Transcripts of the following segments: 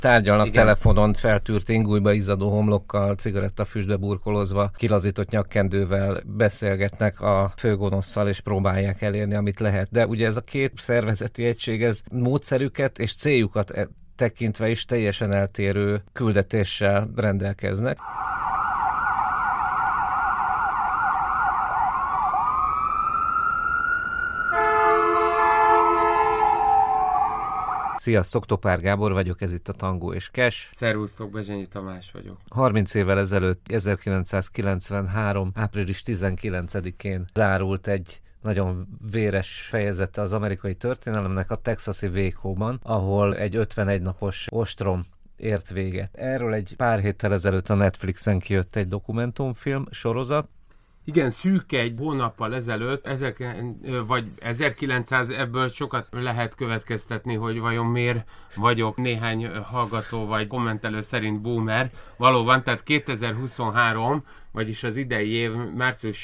tárgyalnak. Igen. Telefonon feltűrt ingújba izzadó homlokkal, cigarettafüstbe burkolozva, kilazított nyakkendővel beszélgetnek a főgonosszal, és próbálják elérni, amit lehet. De ugye ez a két szervezeti egység, ez módszerüket és céljukat tekintve is teljesen eltérő küldetéssel rendelkeznek. Sziasztok, Topár Gábor vagyok, ez itt a Tango és Cash. Szervusztok, Bezsenyi Tamás vagyok. 30 évvel ezelőtt, 1993. április 19-én zárult egy nagyon véres fejezete az amerikai történelemnek a texasi Waco-ban, ahol egy 51 napos ostrom ért véget. Erről egy pár héttel ezelőtt a Netflixen kijött egy dokumentumfilm sorozat. Igen, szűk egy hónappal ezelőtt, vagy 1900, ebből sokat lehet következtetni, hogy vajon miért vagyok néhány hallgató vagy kommentelő szerint boomer. Valóban, tehát 2023, vagyis az idei év március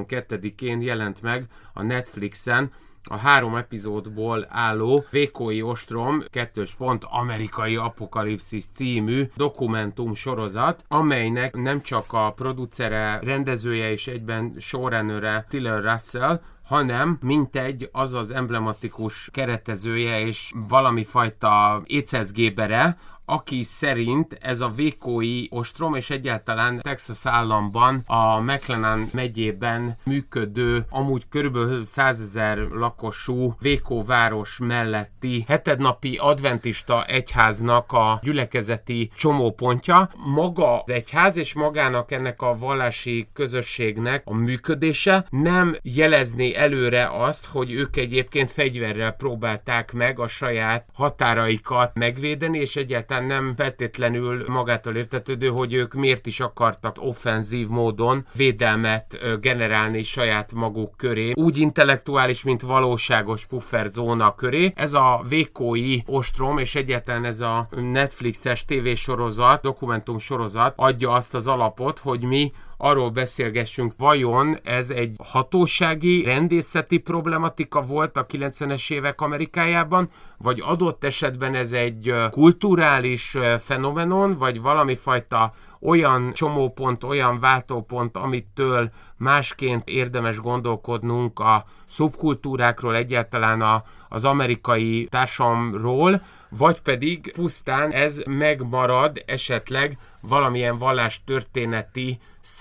22-én jelent meg a Netflixen a 3 epizódból álló Waco-i ostrom 2. amerikai apokalipszis című dokumentum sorozat, amelynek nem csak a producere, rendezője és egyben showrunnere Tiller Russell, hanem mintegy az az emblematikus keretezője és valami fajta écezgébere, aki szerint ez a Waco-i ostrom és egyáltalán Texas államban a McLennan megyében működő, amúgy körülbelül 100 000 lakosú Waco város melletti hetednapi adventista egyháznak a gyülekezeti csomópontja. Maga az egyház és magának ennek a vallási közösségnek a működése nem jelezné előre azt, hogy ők egyébként fegyverrel próbálták meg a saját határaikat megvédeni, és egyáltalán nem feltétlenül magától értetődő, hogy ők miért is akartak offenzív módon védelmet generálni saját maguk köré, úgy intellektuális, mint valóságos pufferzóna köré. Ez a Waco-i ostrom, és egyáltalán ez a Netflixes tévésorozat, dokumentumsorozat adja azt az alapot, hogy mi arról beszélgessünk, vajon ez egy hatósági, rendészeti problematika volt a 90-es évek Amerikájában, vagy adott esetben ez egy kulturális fenomenon, vagy valami fajta olyan csomópont, olyan váltópont, amitől másként érdemes gondolkodnunk a szubkultúrákról, egyáltalán az amerikai társadalomról, vagy pedig pusztán ez megmarad esetleg valamilyen vallástörténeti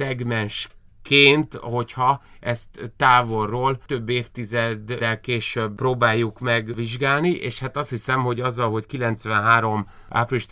szegmensként, hogyha ezt távolról több évtizeddel később próbáljuk megvizsgálni, és hát azt hiszem, hogy azzal, hogy 93. április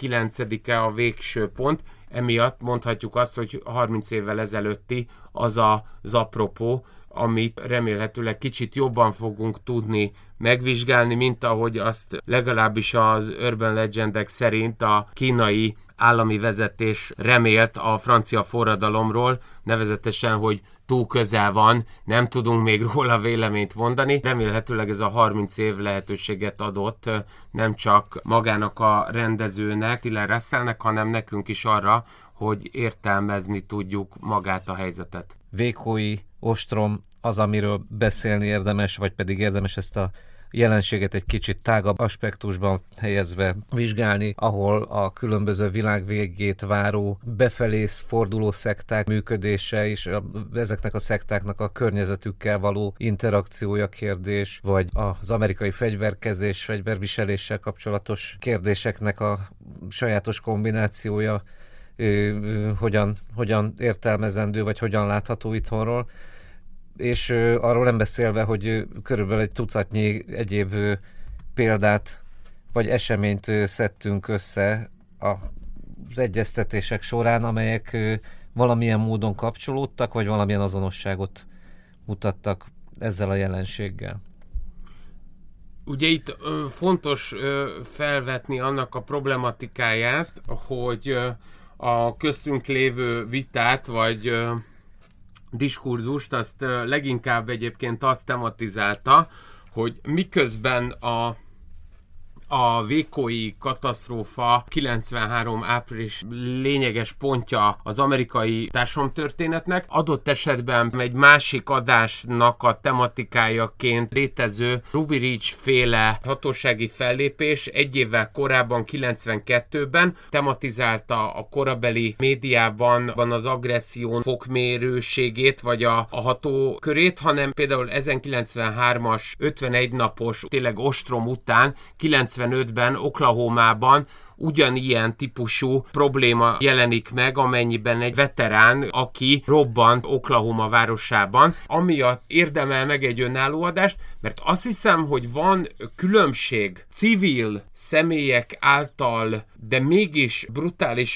19-e a végső pont, emiatt mondhatjuk azt, hogy 30 évvel ezelőtti az az apropó, amit remélhetőleg kicsit jobban fogunk tudni megvizsgálni, mint ahogy azt legalábbis az Urban Legendek szerint a kínai állami vezetés remélt a francia forradalomról, nevezetesen, hogy túl közel van, nem tudunk még róla véleményt mondani. Remélhetőleg ez a 30 év lehetőséget adott nem csak magának a rendezőnek, Tiller Russellnek, hanem nekünk is arra, hogy értelmezni tudjuk magát a helyzetet. Waco-i ostrom az, amiről beszélni érdemes, vagy pedig érdemes ezt a jelenséget egy kicsit tágabb aspektusban helyezve vizsgálni, ahol a különböző világ végét váró befelé forduló szekták működése és ezeknek a szektáknak a környezetükkel való interakciója kérdés, vagy az amerikai fegyverkezés, fegyverviseléssel kapcsolatos kérdéseknek a sajátos kombinációja hogyan értelmezendő, vagy hogyan látható itthonról. És arról nem beszélve, hogy körülbelül egy tucatnyi egyéb példát vagy eseményt szedtünk össze az egyeztetések során, amelyek valamilyen módon kapcsolódtak, vagy valamilyen azonosságot mutattak ezzel a jelenséggel. Ugye itt fontos felvetni annak a problematikáját, hogy a köztünk lévő vitát, vagy diskurzust, azt leginkább egyébként azt tematizálta, hogy miközben a vékói katasztrófa 93 április lényeges pontja az amerikai társadalomtörténetnek. Adott esetben egy másik adásnak a tematikájaként létező Ruby Ridge féle hatósági fellépés egy évvel korábban, 92-ben tematizálta a korabeli médiában az agresszió fokmérőségét, vagy a hatókörét, hanem például 1093-as 51 napos tényleg ostrom után 95-ben Oklahomában ugyanilyen típusú probléma jelenik meg, amennyiben egy veterán, aki robbant Oklahoma városában, amiatt érdemel meg egy önálló adást, mert azt hiszem, hogy van különbség civil személyek által, de mégis brutális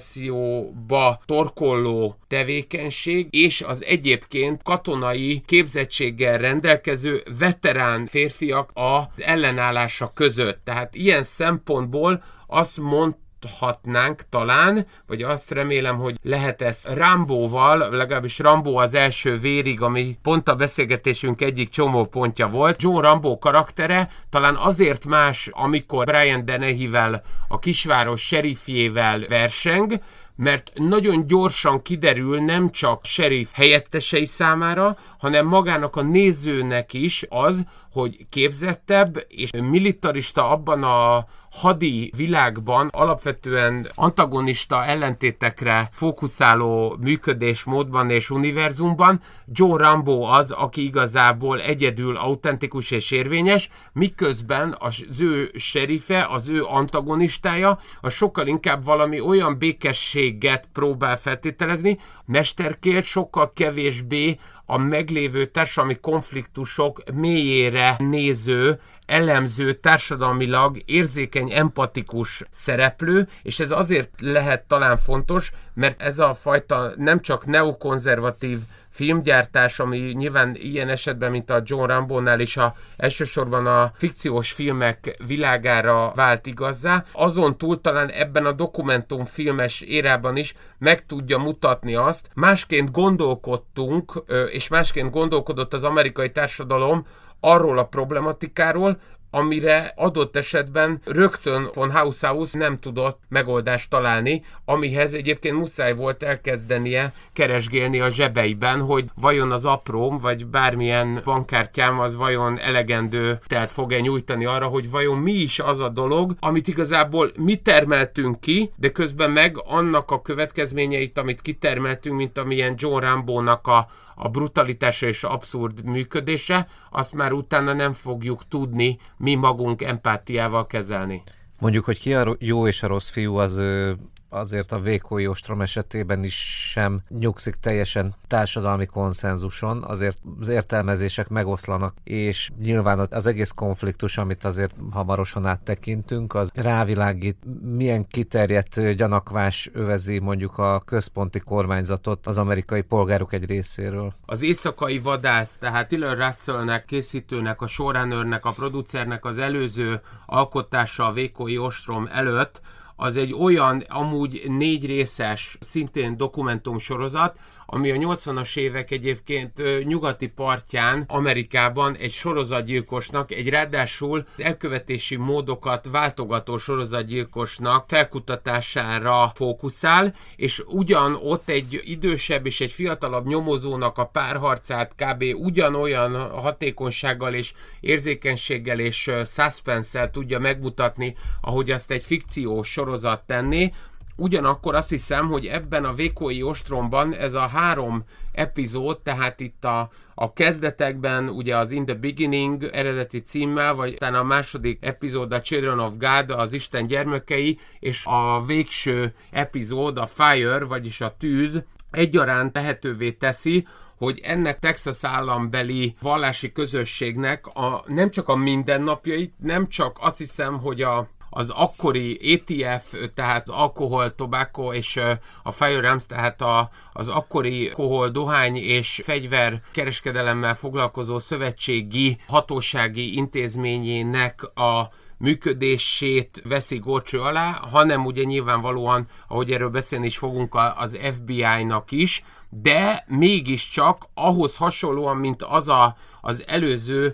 agresszióba torkolló tevékenység, és az egyébként katonai képzettséggel rendelkező veterán férfiak az ellenállása között. Tehát ilyen szempontból azt mondhatnánk talán, vagy azt remélem, hogy lehet ezt Rambóval, legalábbis Rambó az első vérig, ami pont a beszélgetésünk egyik csomópontja volt. John Rambó karaktere talán azért más, amikor Brian Dennehyvel, a kisváros serifjével verseng, mert nagyon gyorsan kiderül nem csak sheriff helyettesei számára, hanem magának a nézőnek is az, hogy képzettebb és militarista abban a hadi világban alapvetően antagonista ellentétekre fókuszáló működésmódban és univerzumban Joe Rambo az, aki igazából egyedül autentikus és érvényes, miközben az ő serife, az ő antagonistája, az sokkal inkább valami olyan békességet próbál feltételezni, mesterkélt sokkal kevésbé a meglévő társadalmi konfliktusok mélyére néző, elemző, társadalmilag érzékeny, empatikus szereplő, és ez azért lehet talán fontos, mert ez a fajta nem csak neokonzervatív filmgyártás, ami nyilván ilyen esetben, mint a John Rambónál is elsősorban a fikciós filmek világára vált igazzá, azon túl talán ebben a dokumentumfilmes érában is meg tudja mutatni azt, másként gondolkodtunk, és másként gondolkodott az amerikai társadalom arról a problematikáról, amire adott esetben rögtön von Haushaus nem tudott megoldást találni, amihez egyébként muszáj volt elkezdenie keresgélni a zsebeiben, hogy vajon az apróm, vagy bármilyen bankkártyám az vajon elegendő telt fog-e nyújtani arra, hogy vajon mi is az a dolog, amit igazából mi termeltünk ki, de közben meg annak a következményeit, amit kitermeltünk, mint amilyen John Rambónak a brutalitása és abszurd működése, azt már utána nem fogjuk tudni mi magunk empátiával kezelni. Mondjuk, hogy ki a jó és a rossz fiú, az azért a vékói ostrom esetében is sem nyugszik teljesen társadalmi konszenzuson, azért az értelmezések megoszlanak, és nyilván az egész konfliktus, amit azért hamarosan áttekintünk, az rávilágít, milyen kiterjedt gyanakvás övezi mondjuk a központi kormányzatot az amerikai polgárok egy részéről. Az éjszakai vadász, tehát Tiller Russellnek, készítőnek, a showrunnernek, a producernek az előző alkotása a vékói ostrom előtt, az egy olyan amúgy 4 részes, szintén dokumentumsorozat, ami a 80-as évek egyébként nyugati partján, Amerikában egy sorozatgyilkosnak, egy ráadásul elkövetési módokat váltogató sorozatgyilkosnak felkutatására fókuszál, és ugyan ott egy idősebb és egy fiatalabb nyomozónak a párharcát kb. Ugyanolyan hatékonysággal és érzékenységgel és suspense-szel tudja megmutatni, ahogy azt egy fikciós sorozat tenné. Ugyanakkor azt hiszem, hogy ebben a vékói ostromban ez a 3 epizód, tehát itt a kezdetekben ugye az In the Beginning eredeti címmel, vagy utána a második epizód a Children of God, az Isten gyermekei, és a végső epizód a Fire, vagyis a tűz, egyaránt lehetővé teszi, hogy ennek Texas állambeli vallási közösségnek nem csak a mindennapjait, nem csak azt hiszem, hogy az akkori ATF, tehát alkohol, tobacco és a Firearms, tehát az akkori alkohol, dohány és fegyver kereskedelemmel foglalkozó szövetségi hatósági intézményének a működését veszi górcső alá, hanem ugye nyilvánvalóan, ahogy erről beszélni is fogunk, az FBI-nak is, de mégiscsak ahhoz hasonlóan, mint az előző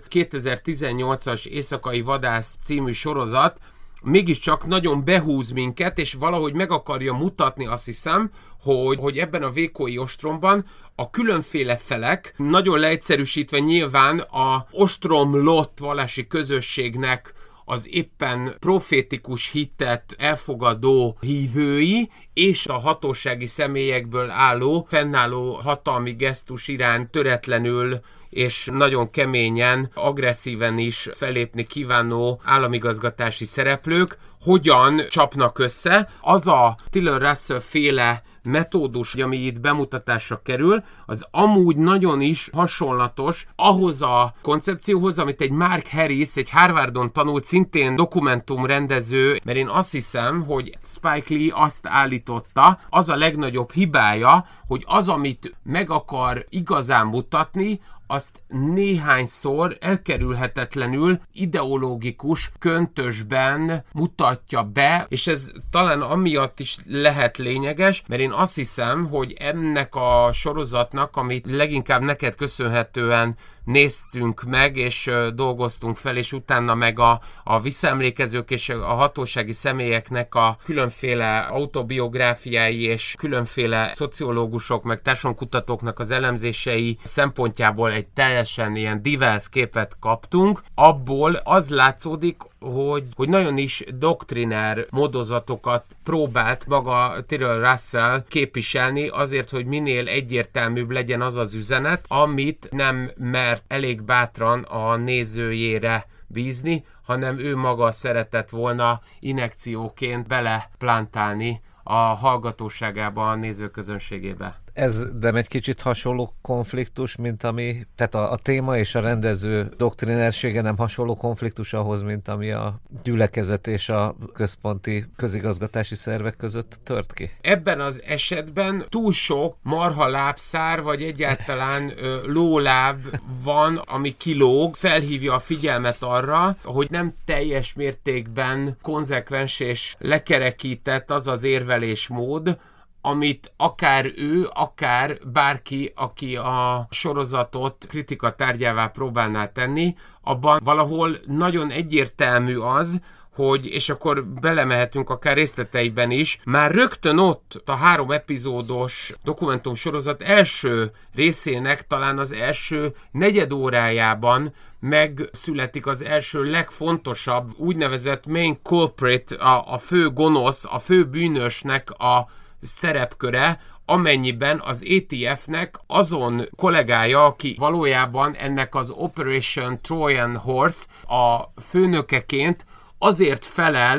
2018-as Éjszakai Vadász című sorozat, mégiscsak nagyon behúz minket, és valahogy meg akarja mutatni, azt hiszem, hogy ebben a vékói ostromban a különféle felek, nagyon leegyszerűsítve nyilván a ostromlott vallási közösségnek az éppen profétikus hitet elfogadó hívői, és a hatósági személyekből fennálló hatalmi gesztus iránt töretlenül és nagyon keményen, agresszíven is felépni kívánó államigazgatási szereplők hogyan csapnak össze. Az a Tiller Russell féle metódus, ami itt bemutatásra kerül, az amúgy nagyon is hasonlatos ahhoz a koncepcióhoz, amit egy Mark Harris, egy Harvardon tanult, szintén dokumentumrendező, mert én azt hiszem, hogy Spike Lee azt állította, az a legnagyobb hibája, hogy az, amit meg akar igazán mutatni, azt néhányszor elkerülhetetlenül ideológikus köntösben mutatja be, és ez talán amiatt is lehet lényeges, mert én azt hiszem, hogy ennek a sorozatnak, amit leginkább neked köszönhetően néztünk meg, és dolgoztunk fel, és utána meg a visszaemlékezők és a hatósági személyeknek a különféle autobiográfiái és különféle szociológusok, meg társadalomkutatóknak az elemzései szempontjából egy teljesen ilyen divers képet kaptunk. Abból az látszódik, hogy nagyon is doktriner módozatokat próbált maga Tyrell Russell képviselni azért, hogy minél egyértelműbb legyen az az üzenet, amit nem mert elég bátran a nézőjére bízni, hanem ő maga szeretett volna injekcióként beleplantálni a hallgatóságába, a nézőközönségébe. Ez nem egy kicsit hasonló konfliktus, mint tehát a téma és a rendező doktrinersége nem hasonló konfliktus ahhoz, mint ami a gyülekezet és a központi közigazgatási szervek között tört ki? Ebben az esetben túl sok marha lábszár, vagy egyáltalán lóláb van, ami kilóg, felhívja a figyelmet arra, hogy nem teljes mértékben konzekvens és lekerekített az az érvelésmód, amit akár ő, akár bárki, aki a sorozatot kritika tárgyává próbálná tenni, abban valahol nagyon egyértelmű az, hogy, és akkor belemehetünk akár részleteiben is, már rögtön ott a 3 epizódos dokumentumsorozat első részének talán az első negyed órájában megszületik az első legfontosabb úgynevezett main culprit, a fő gonosz, a fő bűnösnek a szerepköre, amennyiben az ATF-nek azon kollégája, aki valójában ennek az Operation Trojan Horse a főnökeként azért felel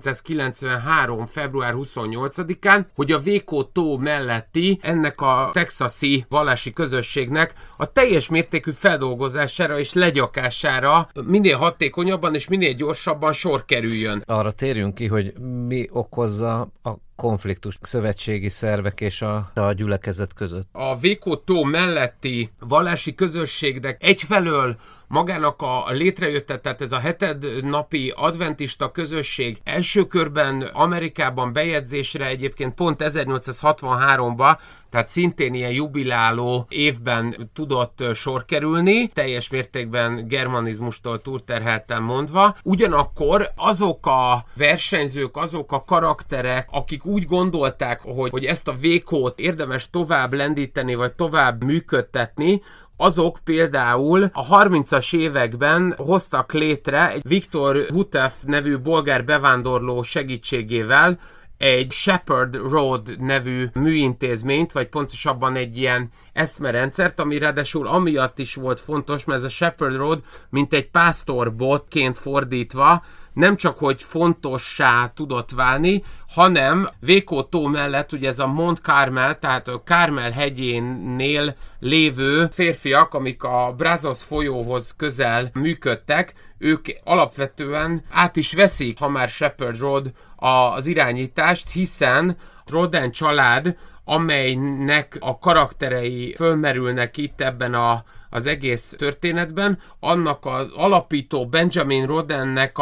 1993. február 28-án, hogy a Waco tó melletti ennek a texasi vallási közösségnek a teljes mértékű feldolgozására és legyakására minél hatékonyabban és minél gyorsabban sor kerüljön. Arra térjünk ki, hogy mi okozza a konfliktus szövetségi szervek és a gyülekezet között. A Waco tó melletti vallási közösségnek egyfelől magának a létrejötte, tehát ez a 7. napi adventista közösség első körben Amerikában bejegyzésre egyébként pont 1863-ban, tehát szintén ilyen jubiláló évben tudott sor kerülni, teljes mértékben germanizmustól túlterhelten mondva. Ugyanakkor azok a versenyzők, azok a karakterek, akik úgy gondolták, hogy ezt a Wacót érdemes tovább lendíteni, vagy tovább működtetni, azok például a 30-as években hoztak létre egy Viktor Hutef nevű bolgár bevándorló segítségével egy Shepherd Road nevű műintézményt, vagy pontosabban egy ilyen eszmerendszert, ami ráadásul amiatt is volt fontos, mert ez a Shepherd Road, mint egy pásztorbotként fordítva, nem csak hogy fontossá tudott válni, hanem Waco tó mellett ugye ez a Mount Carmel, tehát a Carmel hegyénél lévő férfiak, amik a Brazos folyóhoz közel működtek, ők alapvetően át is veszik, ha már Shepherd Road az irányítást, hiszen Roden család, amelynek a karakterei fölmerülnek itt ebben az egész történetben, annak az alapító Benjamin Rodennek a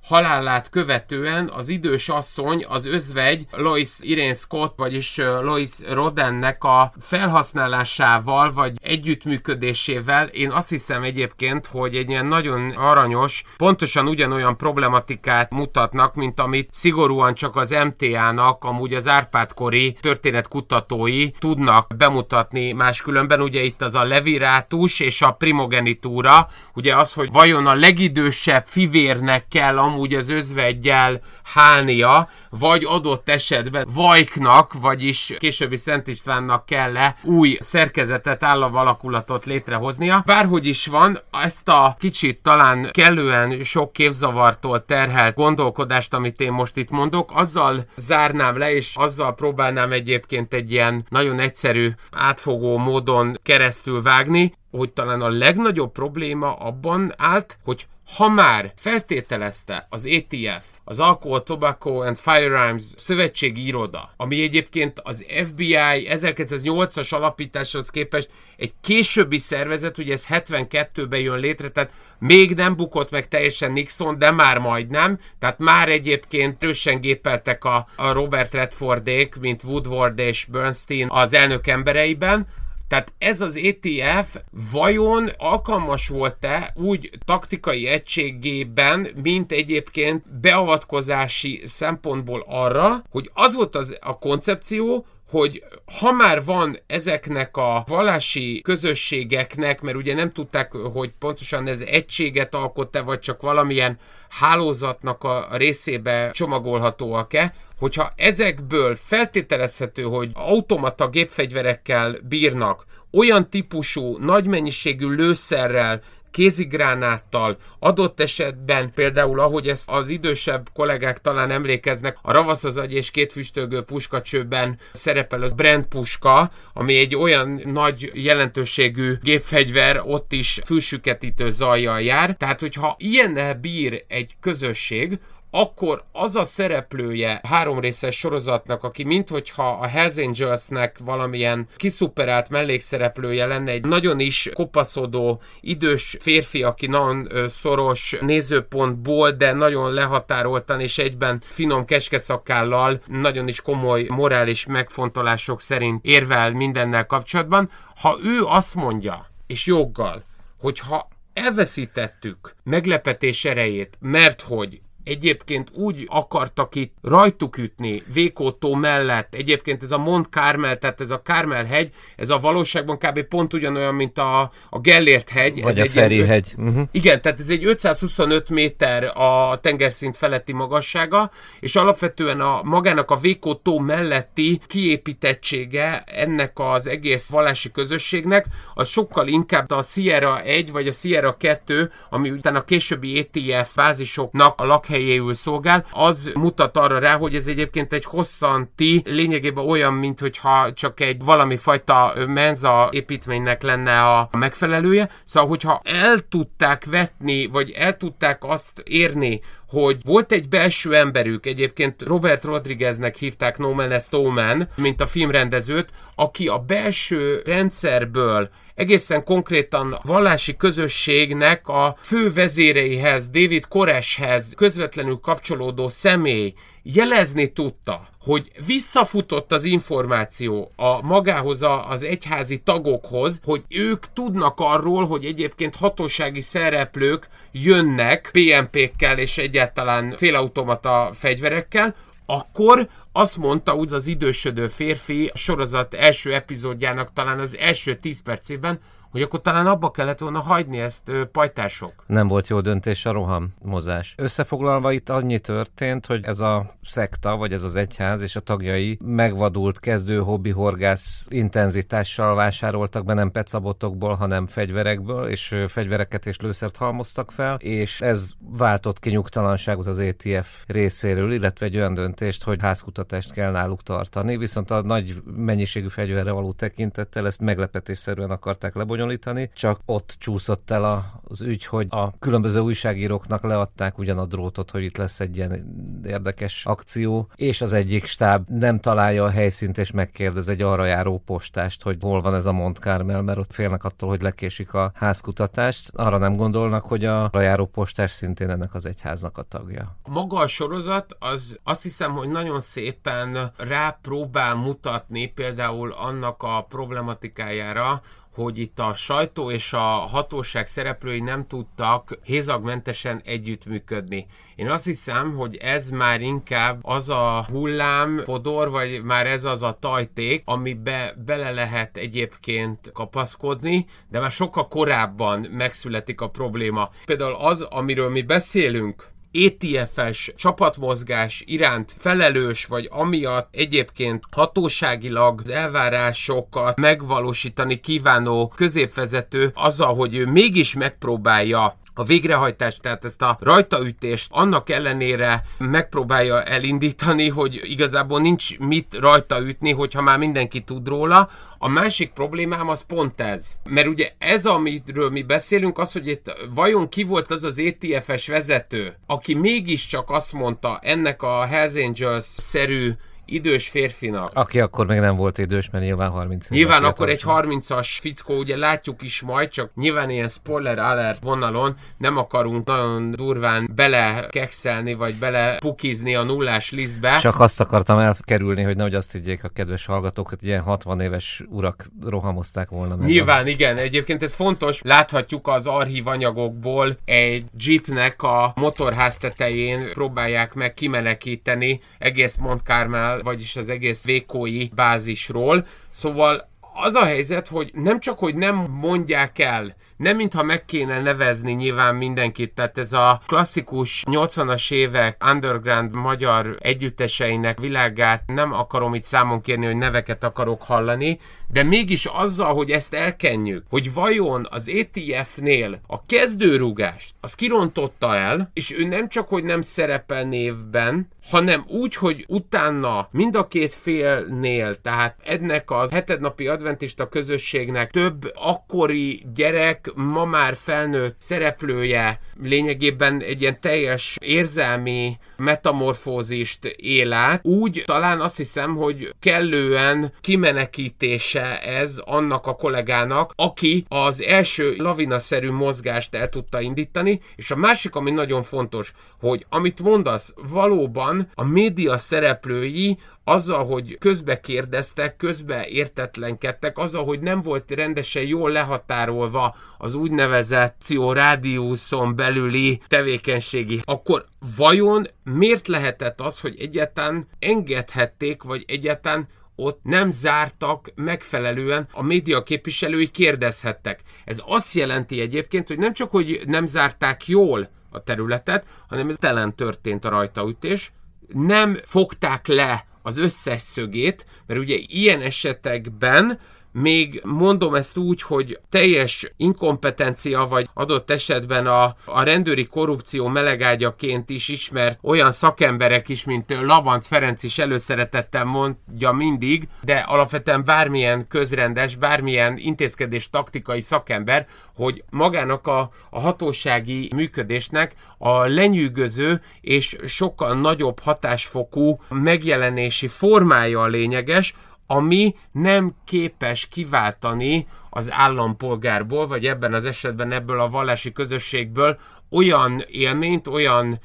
halálát követően az idős asszony, az özvegy Lois Irene Scott, vagyis Lois Rodennek a felhasználásával, vagy együttműködésével én azt hiszem egyébként, hogy egy ilyen nagyon aranyos, pontosan ugyanolyan problematikát mutatnak, mint amit szigorúan csak az MTA-nak, amúgy az Árpád-kori történetkutatói tudnak bemutatni, máskülönben ugye itt az a levirátus és a primogenitúra, ugye az, hogy vajon a legidősebb fivérnek kell amúgy az özveggyel hálnia, vagy adott esetben Vajknak, vagyis későbbi Szent Istvánnak kell-e új szerkezetet, államvalakulatot létrehoznia. Bárhogy is van, ezt a kicsit talán kellően sok képzavartól terhelt gondolkodást, amit én most itt mondok, azzal zárnám le, és azzal próbálnám egyébként egy ilyen nagyon egyszerű, átfogó módon keresztül vágni, hogy talán a legnagyobb probléma abban állt, hogy ha már feltételezte az ATF, az Alcohol, Tobacco and Firearms szövetségi iroda, ami egyébként az FBI 1908-as alapításhoz képest egy későbbi szervezet, ugye ez 72-ben jön létre, tehát még nem bukott meg teljesen Nixon, de már majdnem, tehát már egyébként erősen gépeltek a Robert Redfordék, mint Woodward és Bernstein az elnök embereiben. Tehát ez az ATF vajon alkalmas volt-e úgy taktikai egységében, mint egyébként beavatkozási szempontból arra, hogy az volt a koncepció, hogy ha már van ezeknek a vallási közösségeknek, mert ugye nem tudták, hogy pontosan ez egységet alkot-e, vagy csak valamilyen hálózatnak a részébe csomagolhatóak-e, hogyha ezekből feltételezhető, hogy automata gépfegyverekkel bírnak, olyan típusú, nagy mennyiségű lőszerrel, kézigránáttal, adott esetben például, ahogy ezt az idősebb kollégák talán emlékeznek, a Ravasz az agy és két füstölgő puskacsőben szerepel az Brand puska, ami egy olyan nagy jelentőségű gépfegyver, ott is fülsüketítő zajjal jár. Tehát, hogyha ilyennel bír egy közösség, akkor az a szereplője 3 részes sorozatnak, aki minthogyha a Hells Angelsnek valamilyen kiszuperált mellékszereplője lenne, egy nagyon is kopaszodó, idős férfi, aki nagyon szoros nézőpontból, de nagyon lehatároltan és egyben finom kecskeszakállal, nagyon is komoly morális megfontolások szerint érvel mindennel kapcsolatban. Ha ő azt mondja, és joggal, hogy ha elveszítettük meglepetés erejét, mert hogy egyébként úgy akartak itt rajtuk ütni, Vékó-tó mellett, egyébként ez a Mont Carmel, tehát ez a Carmel-hegy, ez a valóságban kb. Pont ugyanolyan, mint a Gellért-hegy. Vagy ez a Feri-hegy. Igen, tehát ez egy 525 méter a tengerszint feletti magassága, és alapvetően magának a Vékó-tó melletti kiépítettsége ennek az egész vallási közösségnek, az sokkal inkább a Sierra 1 vagy a Sierra 2, ami utána a későbbi ATF fázisoknak a helyéül szolgál, az mutat arra rá, hogy ez egyébként egy hosszanti, lényegében olyan, minthogyha csak egy valami fajta menza építménynek lenne a megfelelője. Szóval, hogyha el tudták vetni, vagy el tudták azt érni, hogy volt egy belső emberük, egyébként Robert Rodrigueznek hívták No Man as Stowman, mint a filmrendezőt, aki a belső rendszerből egészen konkrétan a vallási közösségnek a fő vezéreihez, David Koreshez közvetlenül kapcsolódó személy jelezni tudta, hogy visszafutott az információ magához az egyházi tagokhoz, hogy ők tudnak arról, hogy egyébként hatósági szereplők jönnek PMP-kkel és egyáltalán félautomata fegyverekkel, akkor azt mondta úgy az idősödő férfi a sorozat első epizódjának talán az első 10 percében, hogy akkor talán abba kellett volna hagyni ezt, pajtások. Nem volt jó döntés a rohammozás. Összefoglalva itt annyi történt, hogy ez a szekta, vagy ez az egyház és a tagjai megvadult kezdő hobbihorgász intenzitással vásároltak be nem pecabotokból, hanem fegyverekből, és fegyvereket és lőszert halmoztak fel, és ez váltott ki nyugtalanságot az ATF részéről, illetve egy olyan döntést, hogy házkutatást kell náluk tartani, viszont a nagy mennyiségű fegyverre való tekintettel ezt meglepetésszerűen akarták lebonyolítani, lebonyolítani, csak ott csúszott el az ügy, hogy a különböző újságíróknak leadták ugyan a drótot, hogy itt lesz egy ilyen érdekes akció, és az egyik stáb nem találja a helyszínt, és megkérdez egy arra járó postást, hogy hol van ez a Mont Carmel, mert ott félnek attól, hogy lekésik a házkutatást. Arra nem gondolnak, hogy a arra járó postás szintén ennek az egyháznak a tagja. Maga a sorozat, az azt hiszem, hogy nagyon szépen rápróbál mutatni például annak a problematikájára, hogy itt a sajtó és a hatóság szereplői nem tudtak hézagmentesen együttműködni. Én azt hiszem, hogy ez már inkább az a hullámfodor, vagy már ez az a tajték, amibe bele lehet egyébként kapaszkodni, de már sokkal korábban megszületik a probléma. Például az, amiről mi beszélünk, ETF-es csapatmozgás iránt felelős, vagy amiatt egyébként hatóságilag az elvárásokat megvalósítani kívánó középvezető azzal, hogy ő mégis megpróbálja a végrehajtást, tehát ezt a rajtaütést annak ellenére megpróbálja elindítani, hogy igazából nincs mit rajtaütni, hogyha már mindenki tud róla. A másik problémám az pont ez. Mert ugye ez, amiről mi beszélünk, az, hogy itt vajon ki volt az az ETF-es vezető, aki mégiscsak azt mondta ennek a Hells Angels-szerű idős férfinak. Aki akkor még nem volt idős, mert nyilván 30 éves. Nyilván akkor egy 30-as fickó, ugye látjuk is majd, csak nyilván ilyen spoiler alert vonalon nem akarunk nagyon durván belekekszelni, vagy belepukizni a nullás lisztbe. Csak azt akartam elkerülni, hogy nehogy azt higgyék a kedves hallgatók, hogy ilyen 60 éves urak rohamozták volna meg. Nyilván, igen. Egyébként ez fontos. Láthatjuk az archív anyagokból egy jeepnek a motorház tetején próbálják meg kimenekíteni egész Mont Carmel, vagyis az egész vékói bázisról. Szóval az a helyzet, hogy nem csak, hogy nem mondják el, nem mintha meg kéne nevezni nyilván mindenkit, tehát ez a klasszikus 80-as évek underground magyar együtteseinek világát nem akarom itt számon kérni, hogy neveket akarok hallani, de mégis azzal, hogy ezt elkenjük, hogy vajon az ETF-nél a kezdőrúgást, az kirontotta el, és ő nem csak, hogy nem szerepel névben, hanem úgy, hogy utána mind a két félnél, tehát ennek a hetednapi adventista közösségnek több akkori gyerek, ma már felnőtt szereplője lényegében egy ilyen teljes érzelmi metamorfózist él át. Úgy talán azt hiszem, hogy kellően kimenekítése ez annak a kollégának, aki az első lavinaszerű mozgást el tudta indítani, és a másik, ami nagyon fontos, hogy amit mondasz, valóban a média szereplői azzal, hogy közbe kérdeztek, közbe értetlenkedtek, azzal, hogy nem volt rendesen jól lehatárolva az úgynevezett rádiuszon belüli tevékenységi, akkor vajon miért lehetett az, hogy egyáltalán engedhették, vagy egyáltalán ott nem zártak megfelelően, a média képviselői kérdezhettek. Ez azt jelenti egyébként, hogy nem csak, hogy nem zárták jól a területet, hanem ez telen történt a rajtaütés, nem fogták le az összes szögét, mert ugye ilyen esetekben még mondom ezt úgy, hogy teljes inkompetencia, vagy adott esetben a rendőri korrupció melegágyaként is ismert olyan szakemberek is, mint Lavanc Ferenc is előszeretettel mondja mindig, de alapvetően bármilyen közrendes, bármilyen intézkedés taktikai szakember, hogy magának a hatósági működésnek a lenyűgöző és sokkal nagyobb hatásfokú megjelenési formája a lényeges, ami nem képes kiváltani az állampolgárból, vagy ebben az esetben ebből a vallási közösségből olyan élményt, olyan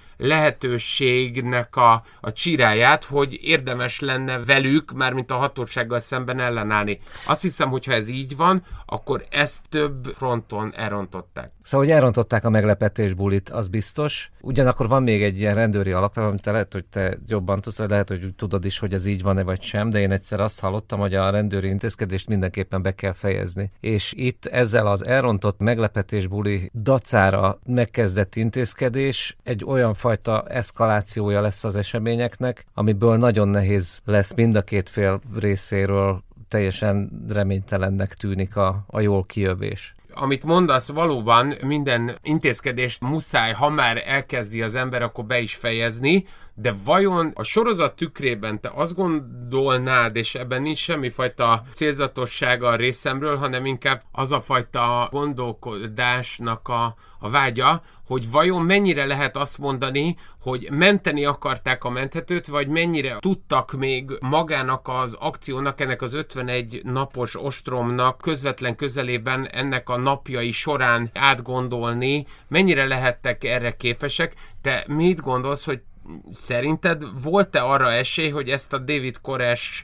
lehetőségnek a csiráját, hogy érdemes lenne velük, mármint a hatósággal szemben ellenállni. Azt hiszem, hogyha ez így van, akkor ezt több fronton elrontották. Szóval, hogy elrontották a meglepetésbulit, az biztos. Ugyanakkor van még egy ilyen rendőri alapelv, amit lehet, hogy te jobban tudsz, vagy lehet, hogy tudod is, hogy ez így van-e vagy sem, de én egyszer azt hallottam, hogy a rendőri intézkedést mindenképpen be kell fejezni. És itt ezzel az elrontott meglepetésbuli dacára megkezdett intézkedés egy olyan fajta eszkalációja lesz az eseményeknek, amiből nagyon nehéz lesz mind a két fél részéről, teljesen reménytelennek tűnik a jól kijövés. Amit mondasz, valóban minden intézkedést muszáj, ha már elkezdi az ember, akkor be is fejezni, de vajon a sorozat tükrében te azt gondolnád, és ebben nincs semmifajta célzatossága a részemről, hanem inkább az a fajta gondolkodásnak a vágya, hogy vajon mennyire lehet azt mondani, hogy menteni akarták a menthetőt, vagy mennyire tudtak még magának az akciónak, ennek az 51 napos ostromnak közvetlen közelében ennek a napjai során átgondolni, mennyire lehettek erre képesek. Te mit gondolsz, hogy szerinted volt-e arra esély, hogy ezt a David Koresh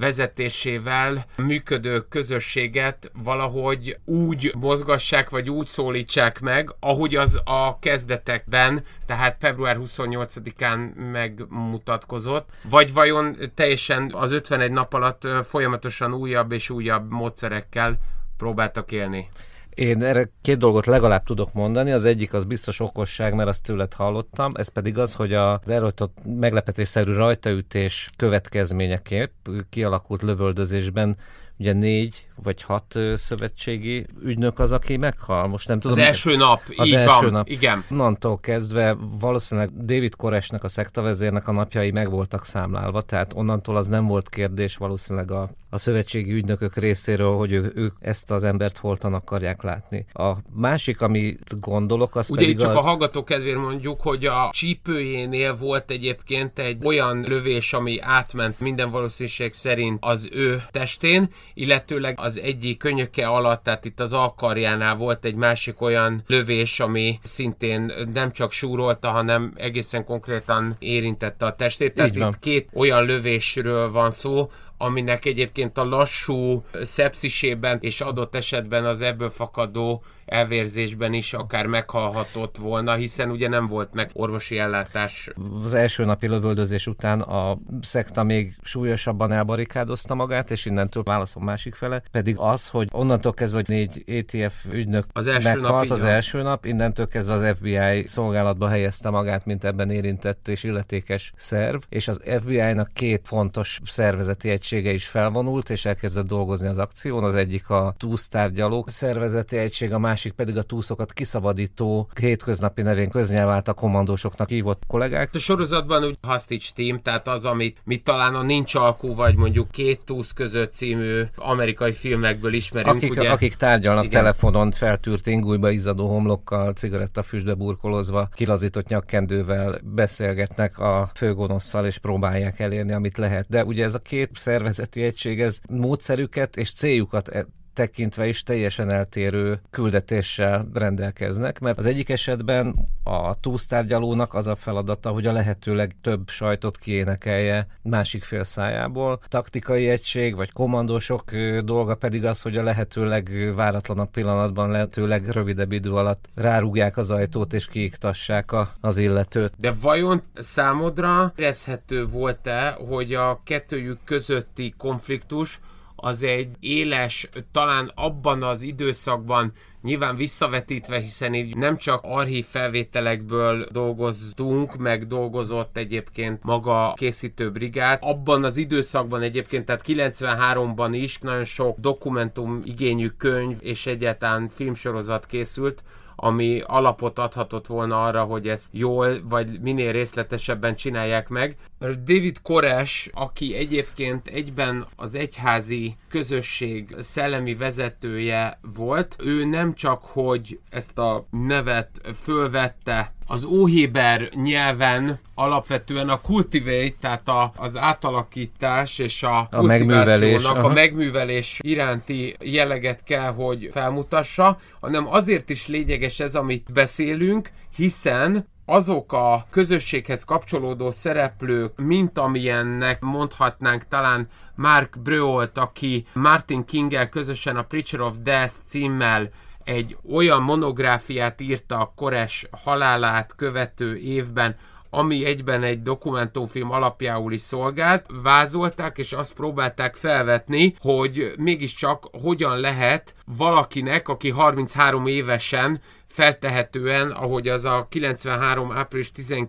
vezetésével működő közösséget valahogy úgy mozgassák, vagy úgy szólítsák meg, ahogy az a kezdetekben, tehát február 28-án megmutatkozott, vagy vajon teljesen az 51 nap alatt folyamatosan újabb és újabb módszerekkel próbáltak élni? Én erre két dolgot legalább tudok mondani, az egyik az biztos okosság, mert azt tőled hallottam, ez pedig az, hogy az elrojtott meglepetésszerű rajtaütés következményeképp kialakult lövöldözésben ugye 4 vagy 6 szövetségi ügynök az, aki meghal. Most nem tudom. Az első nap, az így első van, nap. Igen. Onnantól kezdve valószínűleg David Koreshnek, a szektavezérnek a napjai meg voltak számlálva, tehát onnantól az nem volt kérdés valószínűleg a szövetségi ügynökök részéről, hogy ők ezt az embert holtan akarják látni. A másik, amit gondolok, az ugye pedig csak az... a hallgató kedvéért mondjuk, hogy a csípőjénél volt egyébként egy olyan lövés, ami átment minden valószínűség szerint az ő testén, illetőleg az egyik könyöke alatt, tehát itt az alkarjánál volt egy másik olyan lövés, ami szintén nem csak súrolta, hanem egészen konkrétan érintette a testét. Tehát itt két olyan lövésről van szó, aminek egyébként a lassú szepszisében és adott esetben az ebből fakadó elvérzésben is akár meghalhatott volna, hiszen ugye nem volt meg orvosi ellátás. Az első napi lövöldözés után a szekta még súlyosabban elbarikádozta magát, és innentől válaszom másik fele, pedig az, hogy onnantól kezdve, hogy 4 ATF ügynök meghalt az első nap, innentől kezdve az FBI szolgálatba helyezte magát, mint ebben érintett és illetékes szerv, és az FBI-nak 2 fontos szervezeti egysége is felvonult, és elkezdett dolgozni az akción. Az egyik a túsztárgyalók szervezeti egység, a másik pedig a túszokat kiszabadító, hétköznapi nevén köznyelvált a kommandósoknak hívott kollégák. A sorozatban úgy Hostage Team, tehát az, amit mi talán a Nincs alkú, vagy mondjuk Két túsz között című amerikai filmekből ismerünk. Akik tárgyalnak telefonon, feltűrt ingújba izzadó homlokkal, cigarettafüstbe burkolozva, kilazított nyakkendővel beszélgetnek a főgonosszal, és próbálják elérni, amit lehet. De ugye ez a 2 szervezeti egység, ez módszerüket és céljukat tekintve is teljesen eltérő küldetéssel rendelkeznek, mert az egyik esetben a túsztárgyalónak az a feladata, hogy a lehetőleg több sajtot kiénekelje másik fél szájából. Taktikai egység vagy kommandósok dolga pedig az, hogy a lehetőleg váratlanabb pillanatban, lehetőleg rövidebb idő alatt rárúgják az ajtót és kiiktassák az illetőt. De vajon számodra érezhető volt-e, hogy a kettőjük közötti konfliktus az egy éles, talán abban az időszakban nyilván visszavetítve, hiszen így nem csak archív felvételekből dolgoztunk, meg dolgozott egyébként maga a készítő brigád. Abban az időszakban egyébként, tehát 93-ban is nagyon sok dokumentum igényű könyv és egyáltalán filmsorozat készült, ami alapot adhatott volna arra, hogy ezt jól, vagy minél részletesebben csinálják meg. David Koresh, aki egyébként egyben az egyházi közösség szellemi vezetője volt, ő nem csak, hogy ezt a nevet fölvette az óhéber nyelven, alapvetően a cultivate, tehát az átalakítás és a kultivációnak a megművelés iránti jelleget kell, hogy felmutassa, hanem azért is lényeges ez, amit beszélünk, hiszen azok a közösséghez kapcsolódó szereplők, mint amilyennek mondhatnánk talán Mark Breault, aki Martin Kinggel közösen a Preacher of Death címmel egy olyan monográfiát írta a Koresh halálát követő évben, ami egyben egy dokumentumfilm alapjául is szolgált, vázolták és azt próbálták felvetni, hogy mégiscsak hogyan lehet valakinek, aki 33 évesen feltehetően, ahogy az a 93. április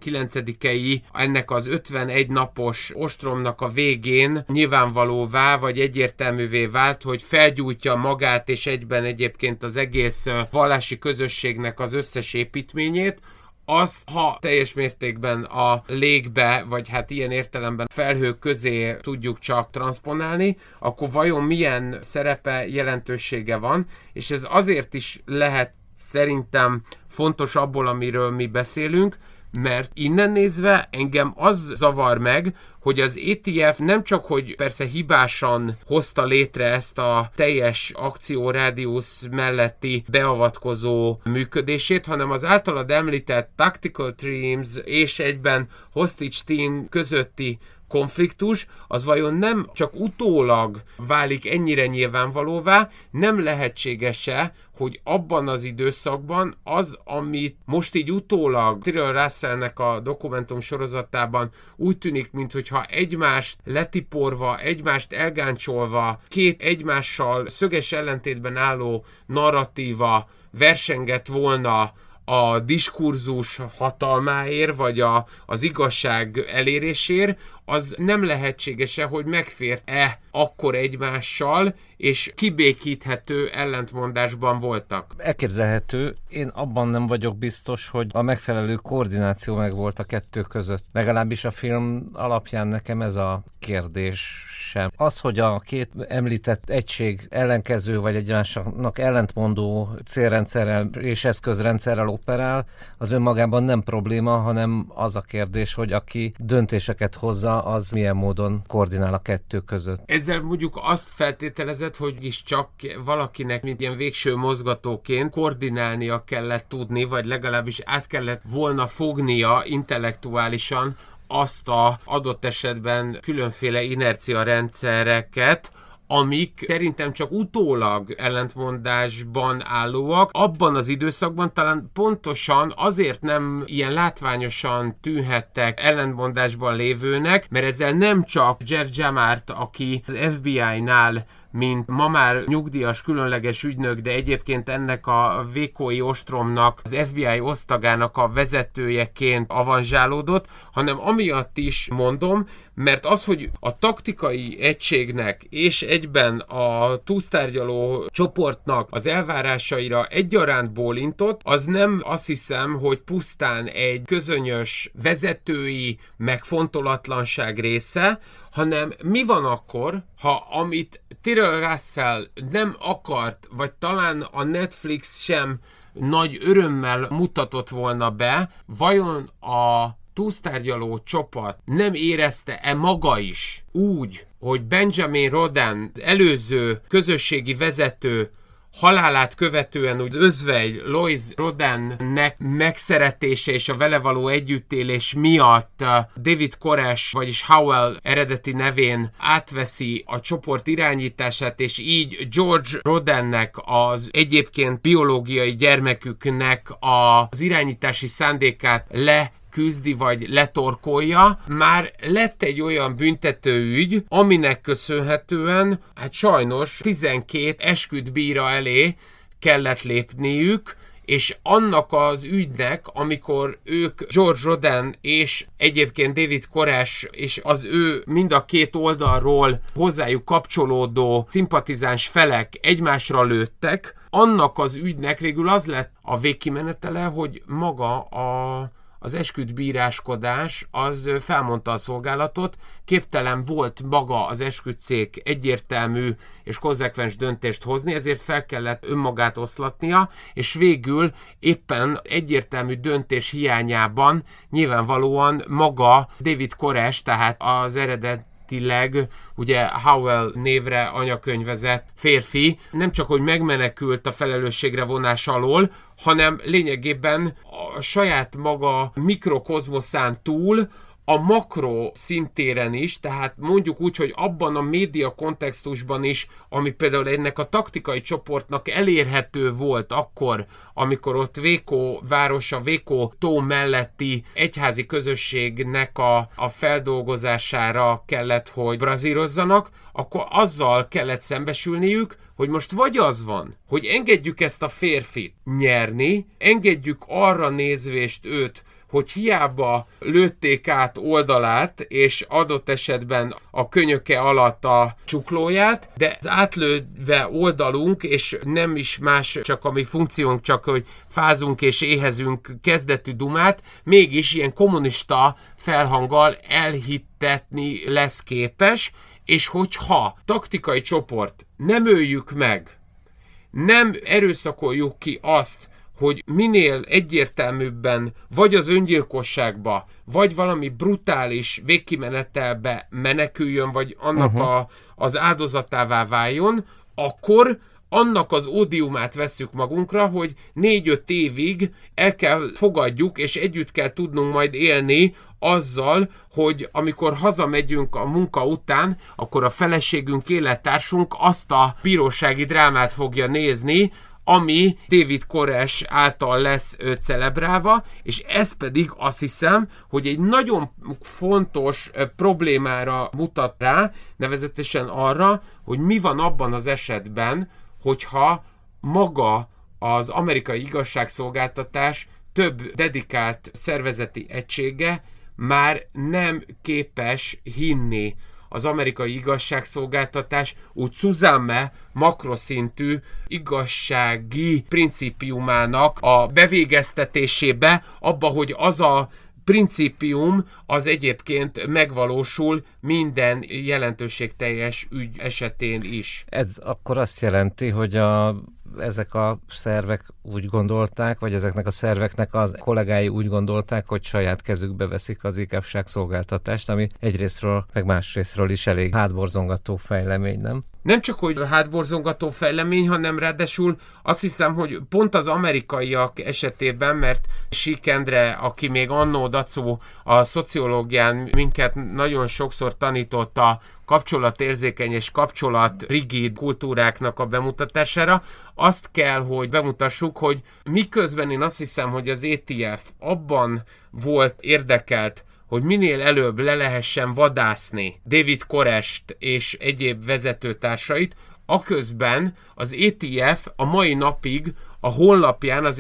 19-i ennek az 51 napos ostromnak a végén nyilvánvalóvá vagy egyértelművé vált, hogy felgyújtja magát és egyben egyébként az egész vallási közösségnek az összes építményét, azt, ha teljes mértékben a légbe, vagy hát ilyen értelemben felhők közé tudjuk csak transponálni, akkor vajon milyen szerepe, jelentősége van, és ez azért is lehet szerintem fontos abból, amiről mi beszélünk, mert innen nézve engem az zavar meg, hogy az ETF nem csak, hogy persze hibásan hozta létre ezt a teljes akciórádiusz melletti beavatkozó működését, hanem az általad említett Tactical Teams és egyben Hostage Team közötti konfliktus, az vajon nem csak utólag válik ennyire nyilvánvalóvá, nem lehetséges-e, hogy abban az időszakban az, amit most így utólag Tyrell Russellnek a dokumentum sorozatában úgy tűnik, mintha egymást letiporva, egymást elgáncsolva, két egymással szöges ellentétben álló narratíva versengett volna a diskurzus hatalmáért, vagy az igazság elérésért, az nem lehetséges-e, hogy megfért-e akkor egymással, és kibékíthető ellentmondásban voltak? Elképzelhető. Én abban nem vagyok biztos, hogy a megfelelő koordináció megvolt a kettő között. Legalábbis a film alapján nekem ez a kérdés sem. Az, hogy a két említett egység ellenkező vagy egymásnak ellentmondó célrendszerrel és eszközrendszerrel operál, az önmagában nem probléma, hanem az a kérdés, hogy aki döntéseket hozza, az milyen módon koordinál a kettő között. Ezzel mondjuk azt feltételezed, hogy is csak valakinek, mint ilyen végső mozgatóként koordinálnia kellett tudni, vagy legalábbis át kellett volna fognia intellektuálisan azt a adott esetben különféle inercia rendszereket, amik szerintem csak utólag ellentmondásban állóak. Abban az időszakban talán pontosan azért nem ilyen látványosan tűnhettek ellentmondásban lévőnek, mert ezzel nem csak Jeff Jamart, aki az FBI-nál mint ma már nyugdíjas különleges ügynök, de egyébként ennek a vékói ostromnak, az FBI osztagának a vezetőjeként avanzsálódott, hanem amiatt is mondom, mert az, hogy a taktikai egységnek és egyben a túlsztárgyaló csoportnak az elvárásaira egyaránt bólintott, az nem azt hiszem, hogy pusztán egy közönyös vezetői megfontolatlanság része, hanem mi van akkor, ha amit Tyrell Russell nem akart, vagy talán a Netflix sem nagy örömmel mutatott volna be, vajon a túlsztárgyaló csapat nem érezte-e maga is úgy, hogy Benjamin Roden, az előző közösségi vezető halálát követően úgy az özvegy Lois Rodennek megszeretése és a vele való együttélés miatt David Koresh, vagyis Howell eredeti nevén átveszi a csoport irányítását, és így George Rodennek, az egyébként biológiai gyermeküknek az irányítási szándékát küzdi vagy letorkolja, már lett egy olyan büntetőügy, aminek köszönhetően, hát sajnos 12 esküdt bíra elé kellett lépniük, és annak az ügynek, amikor ők George Roden és egyébként David Koresh és az ő mind a két oldalról hozzájuk kapcsolódó szimpatizáns felek egymásra lőttek, annak az ügynek végül az lett a végkimenetele, hogy maga az esküdt bíráskodás az felmondta a szolgálatot, képtelen volt maga az esküdt cég egyértelmű és konzekvens döntést hozni, ezért fel kellett önmagát oszlatnia, és végül éppen egyértelmű döntés hiányában nyilvánvalóan maga David Koresh, tehát az eredetileg ugye Howell névre anyakönyvezett férfi nem csak, hogy megmenekült a felelősségre vonás alól, hanem lényegében a saját maga mikrokozmoszán túl a makro szintéren is, tehát mondjuk úgy, hogy abban a média kontextusban is, ami például ennek a taktikai csoportnak elérhető volt akkor, amikor ott Waco városa, Waco tó melletti egyházi közösségnek a feldolgozására kellett, hogy brazírozzanak, akkor azzal kellett szembesülniük, hogy most vagy az van, hogy engedjük ezt a férfit nyerni, engedjük arra nézvést őt, hogy hiába lőtték át oldalát, és adott esetben a könyöke alatt a csuklóját, de az átlőve oldalunk, és nem is más, csak a mi funkciónk, csak hogy fázunk és éhezünk kezdetű dumát, mégis ilyen kommunista felhanggal elhittetni lesz képes, és hogyha taktikai csoport nem öljük meg, nem erőszakoljuk ki azt, hogy minél egyértelműbben vagy az öngyilkosságba, vagy valami brutális végkimenetelbe meneküljön, vagy annak az áldozatává váljon, akkor annak az ódiumát vesszük magunkra, hogy 4-5 évig el kell fogadjuk, és együtt kell tudnunk majd élni azzal, hogy amikor hazamegyünk a munka után, akkor a feleségünk, élettársunk azt a bírósági drámát fogja nézni, ami David Koresh által lesz celebrálva, és ez pedig azt hiszem, hogy egy nagyon fontos problémára mutat rá, nevezetesen arra, hogy mi van abban az esetben, hogyha maga az amerikai igazságszolgáltatás több dedikált szervezeti egysége már nem képes hinni az amerikai igazságszolgáltatás úgy Suzanne makroszintű igazsági principiumának a bevégeztetésébe, abba, hogy az a principium az egyébként megvalósul minden jelentőségteljes ügy esetén is. Ez akkor azt jelenti, hogy ezek a szervek úgy gondolták, vagy ezeknek a szerveknek az kollégái úgy gondolták, hogy saját kezükbe veszik az igazságszolgáltatást, ami egyrésztről, meg másrésztről is elég hátborzongató fejlemény, nem? Nem csak, hogy hátborzongató fejlemény, hanem ráadásul azt hiszem, hogy pont az amerikaiak esetében, mert Sík Endre, aki még annó dacó a szociológián minket nagyon sokszor tanított a kapcsolatérzékeny és kapcsolatrigid kultúráknak a bemutatására, azt kell, hogy bemutassuk, hogy miközben én azt hiszem, hogy az ETF abban volt érdekelt, hogy minél előbb le lehessen vadászni David Koresht és egyéb vezetőtársait, aközben az ETF a mai napig a honlapján, az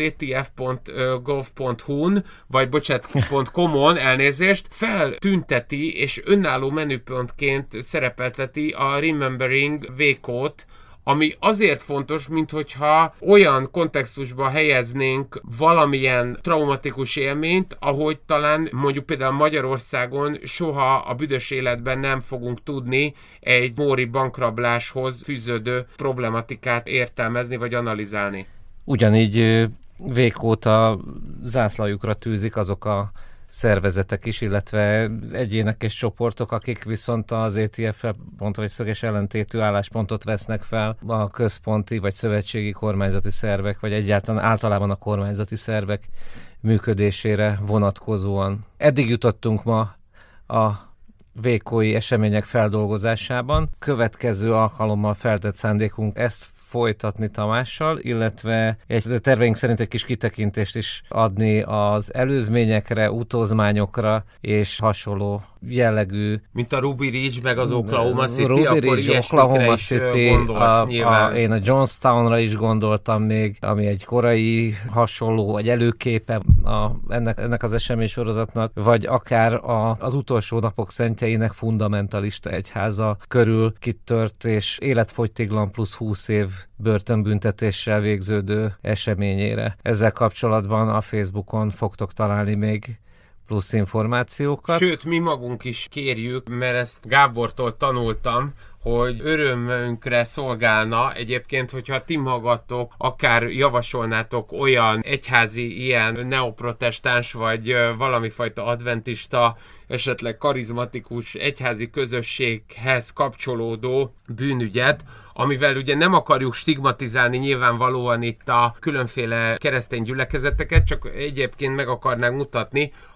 etf.gov.hu-n, vagy .com-on, elnézést, feltünteti és önálló menüpontként szerepelteti a Remembering Waco-t, ami azért fontos, minthogyha olyan kontextusba helyeznénk valamilyen traumatikus élményt, ahogy talán mondjuk például Magyarországon soha a büdös életben nem fogunk tudni egy móri bankrabláshoz fűződő problematikát értelmezni vagy analizálni. Ugyanígy Waco-t a zászlajukra tűzik azok a szervezetek is, illetve egyének és csoportok, akik viszont az ETF-fel pont vagy szöges ellentétű álláspontot vesznek fel a központi vagy szövetségi kormányzati szervek, vagy egyáltalán általában a kormányzati szervek működésére vonatkozóan. Eddig jutottunk ma a Waco-i események feldolgozásában. Következő alkalommal feltett szándékunk ezt folytatni Tamással, illetve terveink szerint egy kis kitekintést is adni az előzményekre, utózmányokra és hasonló jellegű. Mint a Ruby Ridge meg az Oklahoma City, Ruby akkor Ridge, Oklahoma City, gondolsz nyilván. Én a Johnstownra is gondoltam még, ami egy korai hasonló, vagy előképe ennek az eseménysorozatnak, vagy akár az utolsó napok szentjeinek fundamentalista egyháza körül kitört és életfogytiglan plusz 20 év börtönbüntetéssel végződő eseményére. Ezzel kapcsolatban a Facebookon fogtok találni még plusz információkat. Sőt, mi magunk is kérjük, mert ezt Gábortól tanultam, hogy örömünkre szolgálna egyébként, hogyha ti magatok akár javasolnátok olyan egyházi, ilyen neoprotestáns, vagy valami fajta adventista, esetleg karizmatikus egyházi közösséghez kapcsolódó bűnügyet, amivel ugye nem akarjuk stigmatizálni nyilvánvalóan itt a különféle keresztény gyülekezeteket, csak egyébként meg akarnánk mutatni,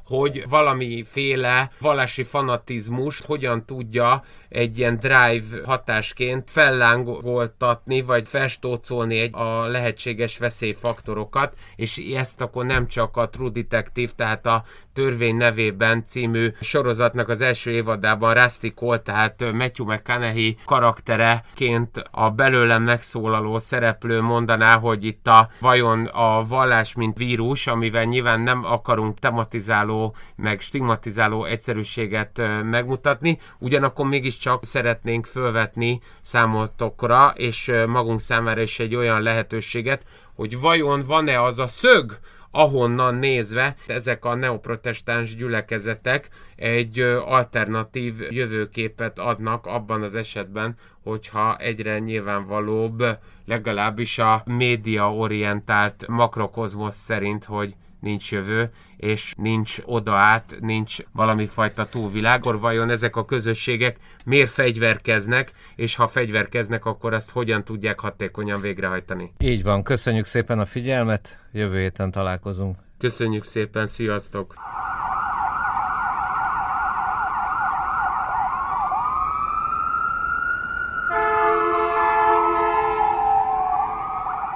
hogy valamiféle vallási fanatizmus hogyan tudja egy ilyen drive hatásként fellángoltatni, vagy festócolni a lehetséges veszélyfaktorokat, és ezt akkor nem csak a True Detective, tehát a Törvény nevében című sorozatnak az első évadában Rusty Cole, tehát Matthew McConaughey karaktereként a belőlem megszólaló szereplő mondaná, hogy itt vajon a vallás mint vírus, amivel nyilván nem akarunk tematizáló, meg stigmatizáló egyszerűséget megmutatni, ugyanakkor mégiscsak szeretnénk fölvetni számotokra, és magunk számára is egy olyan lehetőséget, hogy vajon van-e az a szög, ahonnan nézve ezek a neoprotestáns gyülekezetek egy alternatív jövőképet adnak abban az esetben, hogyha egyre nyilvánvalóbb, legalábbis a média-orientált makrokozmosz szerint, hogy nincs jövő, és nincs oda át, nincs valami fajta túlvilág. Akkor vajon ezek a közösségek miért fegyverkeznek, és ha fegyverkeznek, akkor azt hogyan tudják hatékonyan végrehajtani? Így van, köszönjük szépen a figyelmet, jövő héten találkozunk. Köszönjük szépen, sziasztok!